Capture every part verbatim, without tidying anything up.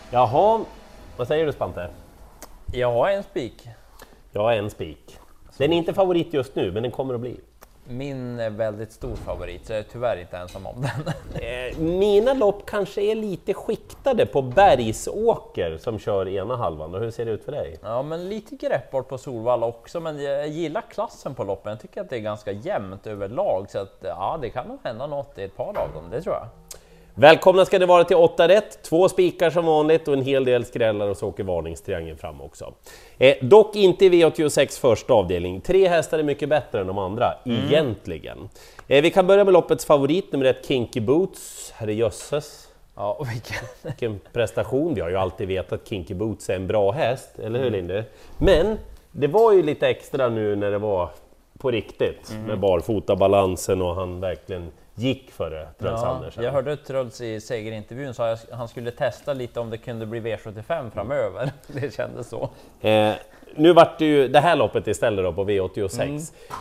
Jaha, vad säger du Spante? Jag har en spik. Jag har en spik. Den är inte favorit just nu, men den kommer att bli. Min är väldigt stor favorit, så jag är tyvärr inte ensam om den. Eh, mina lopp kanske är lite skiktade på Bergsåker som kör ena halvan. Och hur ser det ut för dig? Ja, men lite greppbart på Solvalla också, men jag gillar klassen på loppen. Jag tycker att det är ganska jämnt överlag, så att ja, det kan nog hända något i ett par av dem, det tror jag. Välkomna ska det vara till åtta rätt, två spikar som vanligt och en hel del skrällar, och så åker varningstriangeln fram också. Eh, dock inte i V åttiosex första avdelning, tre hästar är mycket bättre än de andra, mm. egentligen. Eh, vi kan börja med loppets favorit, nummer ett Kinky Boots, herrejösses. Ja, vilken... vilken prestation, vi har ju alltid vetat att Kinky Boots är en bra häst, eller hur Linde? Men det var ju lite extra nu när det var på riktigt, mm. med barfotabalansen och han verkligen gick för det, Truls ja, Andersen. Jag hörde Truls i segerintervjun sa att han skulle testa lite om det kunde bli V sjuttiofem framöver. Mm. Det kändes så. Eh, nu vart det ju det här loppet istället då på V åttiosex. Mm.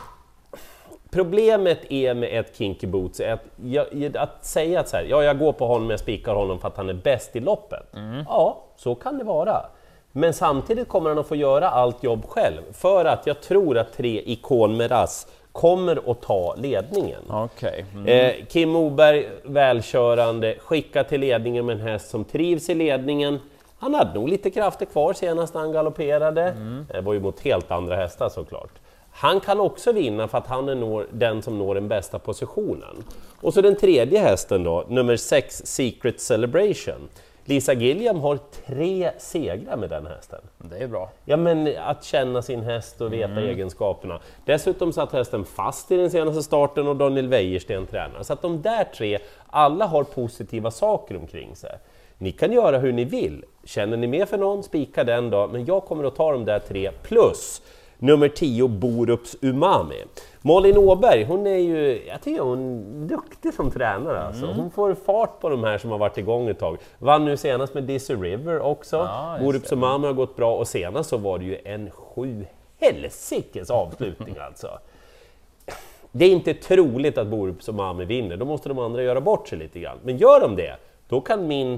Problemet är med ett Kinky Boots är att, jag, att säga att så här, ja, jag går på honom, jag spikar honom för att han är bäst i loppet. Mm. Ja, så kan det vara. Men samtidigt kommer han att få göra allt jobb själv, för att jag tror att tre Ikon Meras kommer att ta ledningen. Okay. Mm. Eh, Kim Moberg, välkörande, skicka till ledningen med en häst som trivs i ledningen. Han hade nog lite krafter kvar senast när han galopperade. Mm. Det var ju mot helt andra hästar såklart. Han kan också vinna för att han är når, den som når den bästa positionen. Och så den tredje hästen då, nummer sex Secret Celebration. Lisa Gilliam har tre segrar med den hästen. Det är bra. Ja, men att känna sin häst och veta mm. egenskaperna. Dessutom satt hästen fast i den senaste starten och Daniel Wäjersten tränar. Så att de där tre, alla har positiva saker omkring sig. Ni kan göra hur ni vill. Känner ni med för någon, spika den då. Men jag kommer att ta de där tre plus nummer tio Borups Umami. Malin Åberg, hon är ju, jag tycker hon är duktig som tränare. Mm. Alltså. Hon får fart på de här som har varit igång ett tag. Vann nu senast med Dizzy River också. Ja, Borups Umami har gått bra, och senast så var det ju en sju helsikes avslutning alltså. Det är inte troligt att Borups Umami vinner, då måste de andra göra bort sig lite grann. Men gör de det, då kan min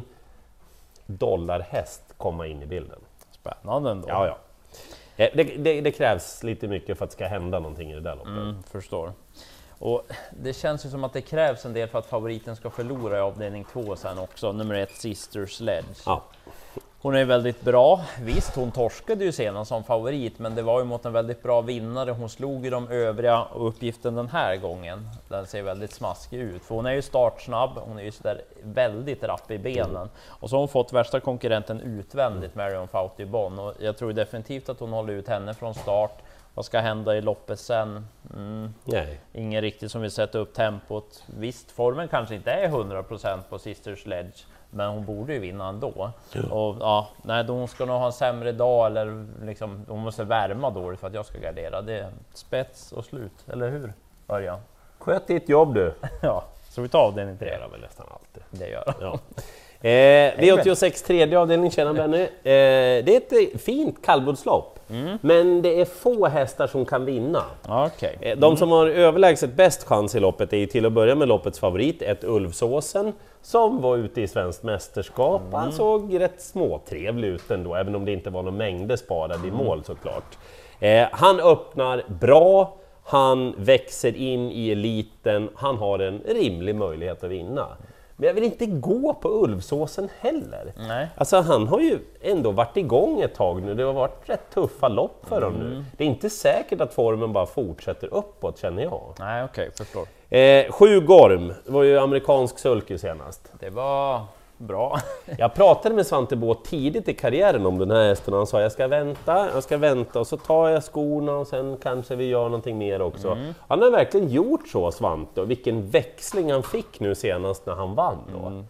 dollarhäst komma in i bilden. Spännande ändå. Ja, ja. Det, det, det krävs lite mycket för att det ska hända någonting i det där loppet. Mm, förstår. Och det känns ju som att det krävs en del för att favoriten ska förlora i avdelning två sen också. Nummer ett Sister Sledge. Ja. Hon är väldigt bra. Visst, hon torskade ju senast som favorit, men det var ju mot en väldigt bra vinnare. Hon slog ju de övriga, och uppgiften den här gången, den ser väldigt smaskig ut. För hon är ju startsnabb, hon är ju så där väldigt rapp i benen. Mm. Och så har hon fått värsta konkurrenten utvändigt, Marion Fauti Bonn. Och jag tror definitivt att hon håller ut henne från start. Vad ska hända i loppet sen? Mm. Nej. Ingen riktigt som vill sätta upp tempot. Visst, formen kanske inte är hundra procent på Sister Sledge, men hon borde ju vinna ändå. Ja. Och ja, nej, då hon ska nog ha en sämre dag, eller liksom, hon måste värma dåligt för att jag ska gardera. Det är spets och slut, eller hur? Örjan? Sköt ditt jobb du. Ja, så vi tar av den inte. Det gör väl nästan alltid. Det gör ja. eh, V åttiosex tredje avdelning, tjena Benny. Eh, det är ett fint kallblodslopp, mm. men det är få hästar som kan vinna. Okay. Eh, de som har överlägset bäst chans i loppet är till att börja med loppets favorit, ett Ulfsåsen, som var ute i svenskt mästerskap. Mm. Han såg rätt småtrevlig ut ändå, även om det inte var någon mängder sparade i mål såklart. Eh, han öppnar bra, han växer in i eliten, han har en rimlig möjlighet att vinna. Men jag vill inte gå på Ulfsåsen heller. Nej. Alltså han har ju ändå varit igång ett tag nu, det har varit rätt tuffa lopp för mm. honom nu. Det är inte säkert att formen bara fortsätter uppåt, känner jag. Nej, okej, okay, förstår. Eh, sju Gorm, det var ju amerikansk sulky senast. Det var bra. Jag pratade med Svante Båth tidigt i karriären om den här hästen och han sa jag ska vänta, jag ska vänta och så tar jag skorna och sen kanske vi gör någonting mer också. Mm. Han har verkligen gjort så, Svante, och vilken växling han fick nu senast när han vann då. Mm.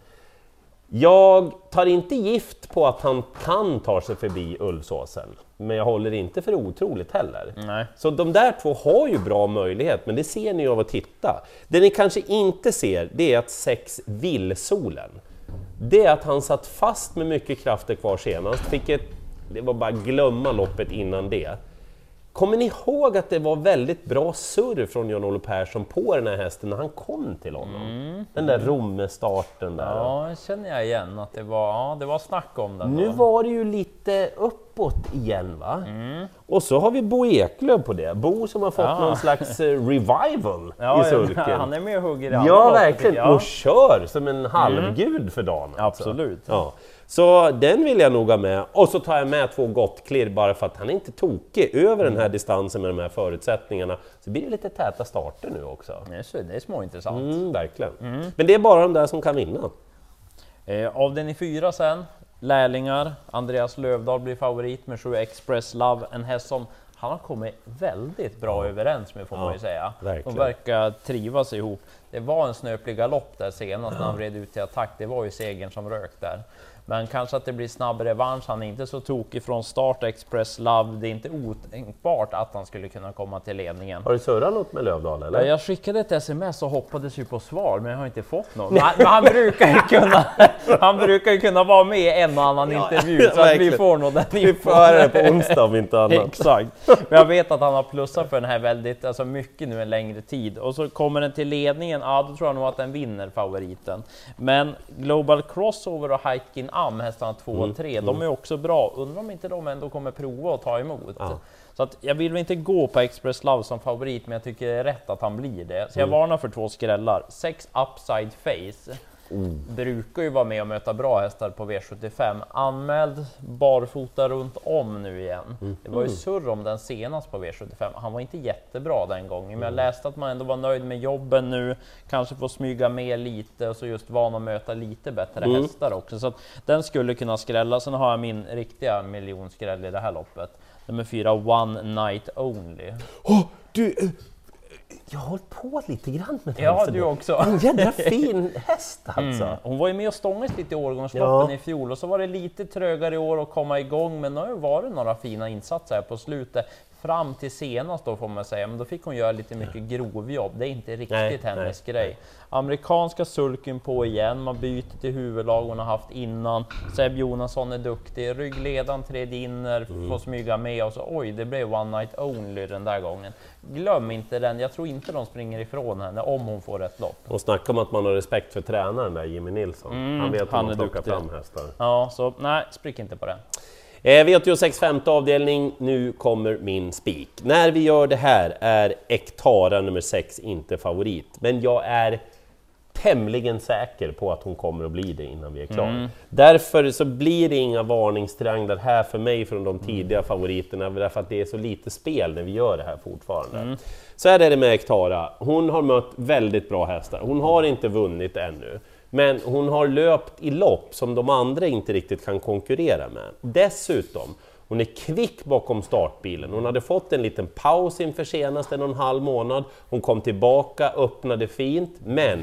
Jag tar inte gift på att han kan ta sig förbi Ulfsåsen, men jag håller inte för otroligt heller. Nej. Så de där två har ju bra möjlighet, men det ser ni av att titta. Det ni kanske inte ser, det är att sex Villsolen. Det är att han satt fast med mycket krafter kvar senast. Fick ett, det var bara glömma loppet innan det. kommer ni ihåg att det var väldigt bra surr från Jan-Olof Persson på den här hästen när han kom till honom? Mm. Den där Romme-starten där. Ja, det känner jag igen att det var, ja, det var snack om den. Nu då. var det ju lite uppåt igen, va? Mm. Och så har vi Bo Eklöf på det. Bo som har fått ja. någon slags revival ja, i sulken. Ja, han är med och hugger i alla Ja, verkligen. Ja. Och kör som en halvgud mm. för dagen. Alltså. Absolut. Ja. Så den vill jag nog ha med. Och så tar jag med två Gottklirr bara för att han är inte tokig över mm. den här distansen med de här förutsättningarna. Så blir det lite täta starter nu också. Det är, det är småintressant. Mm, verkligen. Mm. Men det är bara de där som kan vinna. Eh, av den i fyra sen, lärlingar. Andreas Lövdahl blir favorit med sju Express Love. En häst som han har kommit väldigt bra ja. överens med, får man ju säga. Verkligen. De verkar trivas ihop. Det var en snöplig galopp där senast när han red ut till attack. Det var ju segern som rök där. Men kanske att det blir snabb revansch. Han är inte så tokig från start, Express Love. Det är inte otänkbart att han skulle kunna komma till ledningen. Har du surrat något med Lövdahl eller? Ja, jag skickade ett sms och hoppades ju på svar, men jag har inte fått något. Men, men han brukar ju kunna han brukar ju kunna vara med i en och annan ja, intervju så att vi får något där. Vi får höra det på onsdag om inte annat. Exakt. Men jag vet att han har plussat för den här väldigt, alltså mycket nu en längre tid. Och så kommer den till ledningen, ja då tror jag nog att den vinner favoriten. Men Global Crossover och Hiking Am, hästarna två och tre, mm, de är mm. också bra. Undrar om inte de ändå kommer prova att ta emot. Ja. Så att jag vill väl inte gå på Express Love som favorit, men jag tycker det är rätt att han blir det. Så jag mm. varnar för två skrällar. Sex Upside Face. Mm. Brukar ju vara med och möta bra hästar på V sjuttiofem. Anmäld barfota runt om nu igen. Mm. Det var ju surr om den senast på V sjuttiofem. Han var inte jättebra den gången, men jag läste att man ändå var nöjd med jobben nu. Kanske får smyga med lite och så just van att möta lite bättre mm. hästar också. Så att den skulle kunna skrälla. Sen har jag min riktiga miljonskräll i det här loppet. Nummer fyra, One Night Only. Oh, du... Jag har hållit på lite grann med den. Ja, du också. En jävla fin häst alltså. Mm. Hon var ju med och stångas lite i årgångsloppen ja. i fjol och så var det lite trögare i år att komma igång, men nu har det varit några fina insatser här på slutet. Fram till senast då får man säga, men då fick hon göra lite mycket grovjobb. Det är inte riktigt nej, hennes nej, grej. Nej. Amerikanska sulken på igen, man byter till huvudlag hon har haft innan. Seb Jonasson är duktig, ryggledan tredje inner, mm. får smyga med och så oj, det blev One Night Only den där gången. Glöm inte den, jag tror inte de springer ifrån henne om hon får rätt lopp. Och snacka om att man har respekt för tränaren där, Jimmy Nilsson. Mm, han vet att han plockar fram hästar. Ja, så nej, sprick inte på det. V åttiosex femte avdelning, nu kommer min spik. När vi gör det här är Ektara nummer sex inte favorit. Men jag är tämligen säker på att hon kommer att bli det innan vi är klara. Mm. Därför så blir det inga varningstrianglar här för mig från de tidiga favoriterna. Därför att det är så lite spel när vi gör det här fortfarande. Mm. Så är det med Ektara. Hon har mött väldigt bra hästar. Hon har inte vunnit ännu. Men hon har löpt i lopp som de andra inte riktigt kan konkurrera med. Dessutom, hon är kvick bakom startbilen. Hon hade fått en liten paus inför senast en och en halv månad. Hon kom tillbaka, öppnade fint. Men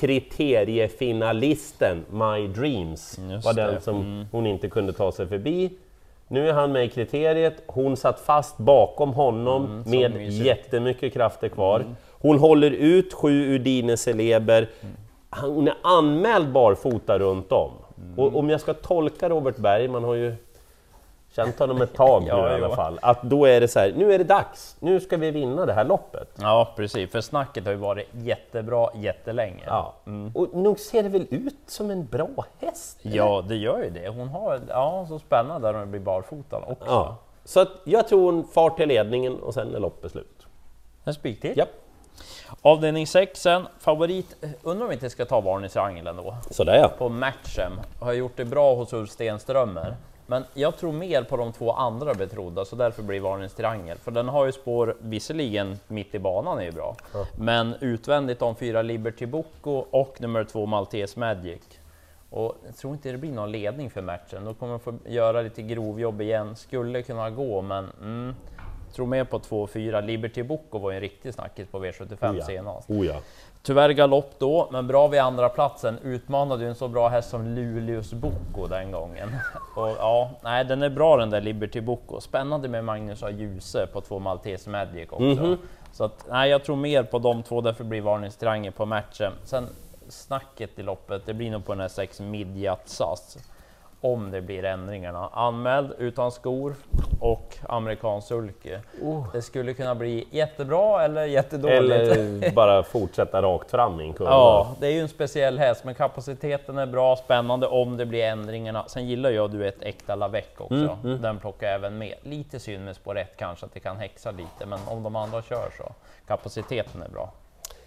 kriteriefinalisten My Dreams Just var den det. som mm. hon inte kunde ta sig förbi. Nu är han med i kriteriet. Hon satt fast bakom honom mm, med mysigt. jättemycket krafter kvar. Mm. Hon håller ut sju Udine Celeber. Mm. Hon är anmäld barfota runt om. Mm. Och om jag ska tolka Robert Berg, man har ju känt honom ett tag nu ja, i alla fall, att då är det så här, nu är det dags, nu ska vi vinna det här loppet. Ja, precis, för snacket har ju varit jättebra jättelänge. Ja. Mm. Och nog ser det väl ut som en bra häst? Eller? Ja, det gör ju det. Hon har ja, så spännande när hon blir barfota också. Ja. Så att jag tror hon far till ledningen och sen är loppet slut. En spik till? Ja. Avdelning sex sen, favorit, undrar om vi inte ska ta varningstriangel ändå. Sådär ja. På matchen, har gjort det bra hos Ulf Stenströmer. Men jag tror mer på de två andra betrodda, så därför blir varningstriangel. För den har ju spår, visserligen mitt i banan är ju bra. Ja. Men utvändigt om fyra Liberty Bocco och nummer två Maltese Magic. Och jag tror inte det blir någon ledning för matchen. Då kommer man få göra lite grovjobb igen. Skulle kunna gå, men... Mm. Tror mer på två fyra. Liberty Bocco var ju en riktig snackis på V sjuttiofem oh ja. senast. Oh ja. Tyvärr galopp då, men bra vid andra platsen. Utmanade ju en så bra häst som Luleås Bocco den gången. Och ja, nej, den är bra den där Liberty Bocco. Spännande med Magnus A. Ljuse på två Maltese Magic också. Mm-hmm. Så att, nej, jag tror mer på de två, därför blir varningstriangel på matchen. Sen snacket i loppet, det blir nog på den här sex Midjat S A S. om det blir ändringarna. Anmäld utan skor och amerikansk sulke. Oh. Det skulle kunna bli jättebra eller jättedåligt. Eller bara fortsätta rakt fram i en kurva. Ja, det är ju en speciell häst, men kapaciteten är bra, spännande om det blir ändringarna. Sen gillar jag du ett äkta Lavec också. Mm, mm. Den plockar jag även med. Lite synd med spår ett kanske, att det kan häxa lite, men om de andra kör så. Kapaciteten är bra.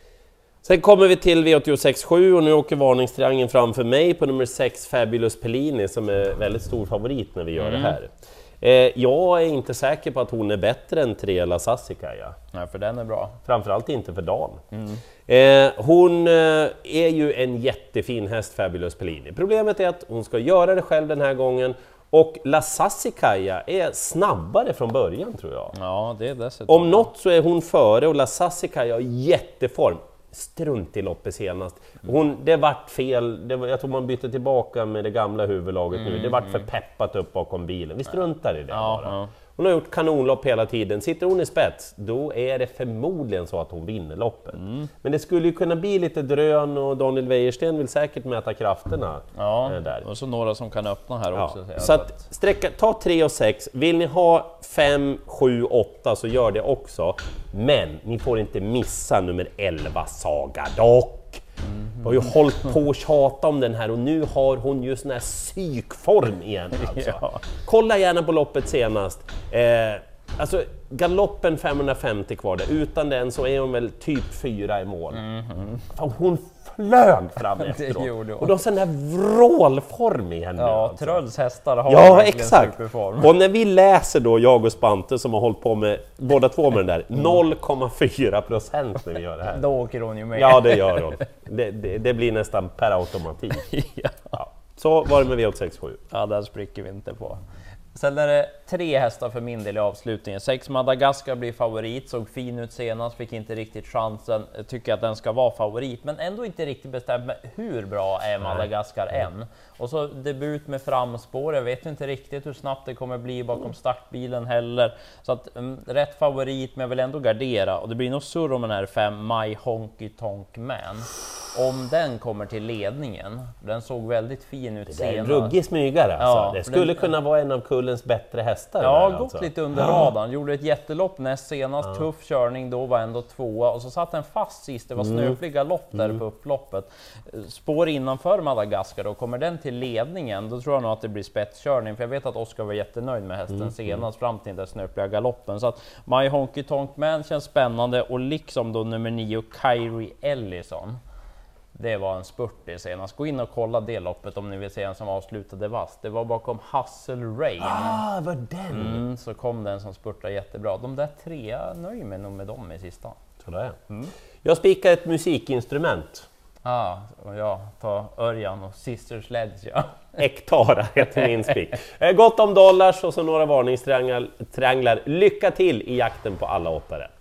Sen kommer vi till V åttiosex sju och nu åker varningstriangeln framför mig på nummer sex Fabulous Pellini som är väldigt stor favorit när vi gör mm. det här. Eh, jag är inte säker på att hon är bättre än tre La Sassicaia. Nej, för den är bra. Framförallt inte för Dan. Mm. Eh, hon eh, är ju en jättefin häst, Fabulous Pellini. Problemet är att hon ska göra det själv den här gången. Och La Sassicaia är snabbare från början tror jag. Ja, det är dessutom. Om något så är hon före och La Sassicaia har jätteform. Strunt i loppet senast. Hon, det vart fel, det var, jag tror man bytte tillbaka med det gamla huvudlaget mm, nu. Det vart för peppat upp bakom bilen. Vi struntar i det ja, bara. Ja. Hon har gjort kanonlopp hela tiden. Sitter hon i spets, då är det förmodligen så att hon vinner loppet. Mm. Men det skulle ju kunna bli lite drön och Daniel Wäjersten vill säkert mäta krafterna ja, där. Och så några som kan öppna här ja. också. Så, så att sträcka, ta tre och sex. Vill ni ha fem, sju, åtta så gör det också. Men ni får inte missa nummer elva Saga Dock. Mm. Jag har ju hållit på och tjata om den här och nu har hon ju sån här psykform igen alltså. Ja. Kolla gärna på loppet senast. Eh, alltså galoppen femhundrafemtio kvar där. Utan den så är hon väl typ fyra i mål. Mm. Fan, hon flög fram efteråt. Och de sån här vrålform i henne. Ja, alltså. Trölls hästar har ja, exakt. Superform. Och när vi läser då, jag och Spante som har hållit på med båda två med den där, noll komma fyra procent när vi gör det här. Då åker hon ju med. Ja, det gör hon. Det, det, det blir nästan per automatik. ja. Ja. Så var det med V åttiosex sju. Ja, där spricker vi inte på. Sen är det tre hästar för min del i avslutningen. Sex Madagaskar blir favorit, såg fin ut senast, fick inte riktigt chansen. Jag tycker att den ska vara favorit, men ändå inte riktigt bestämt hur bra är Madagaskar än. Och så debut med framspår, jag vet inte riktigt hur snabbt det kommer bli bakom startbilen heller. Så att um, rätt favorit, men jag vill ändå gardera. Och det blir nog surr om den här fem My Honky Tonk Man. Om den kommer till ledningen, den såg väldigt fin ut senast. Det är en ruggig smygare alltså. Ja, det skulle den, kunna vara en av kullens bättre hästar. Ja, där, gått alltså. lite under radarn. Gjorde ett jättelopp näst senast, ja. Tuff körning, då var ändå tvåa. Och så satt den fast sist, det var snöpliga lopp där mm. på upploppet. Spår innanför Madagaskar, då kommer den till ledningen, då tror jag nog att det blir spetskörning. För jag vet att Oskar var jättenöjd med hästen mm. senast fram till den snöpliga galoppen. Så att My Honky Tonk Man känns spännande, och liksom då nummer nio Kyrie Ellison. Det var en spurt i senast. Gå in och kolla det loppet om ni vill se en som avslutade vass. Det var bakom Hustle Rain. Ah, var den? Mm, så kom den som spurtade jättebra. De där tre nöjer mig nog med dem i sista. Så det är. Mm. Jag spikar ett musikinstrument. Ah, och jag tar Örjan och Sister Sledge, ja. Ektara heter min spik. Gott om dollars och så några varningstrianglar. Lycka till i jakten på alla åtta rätt.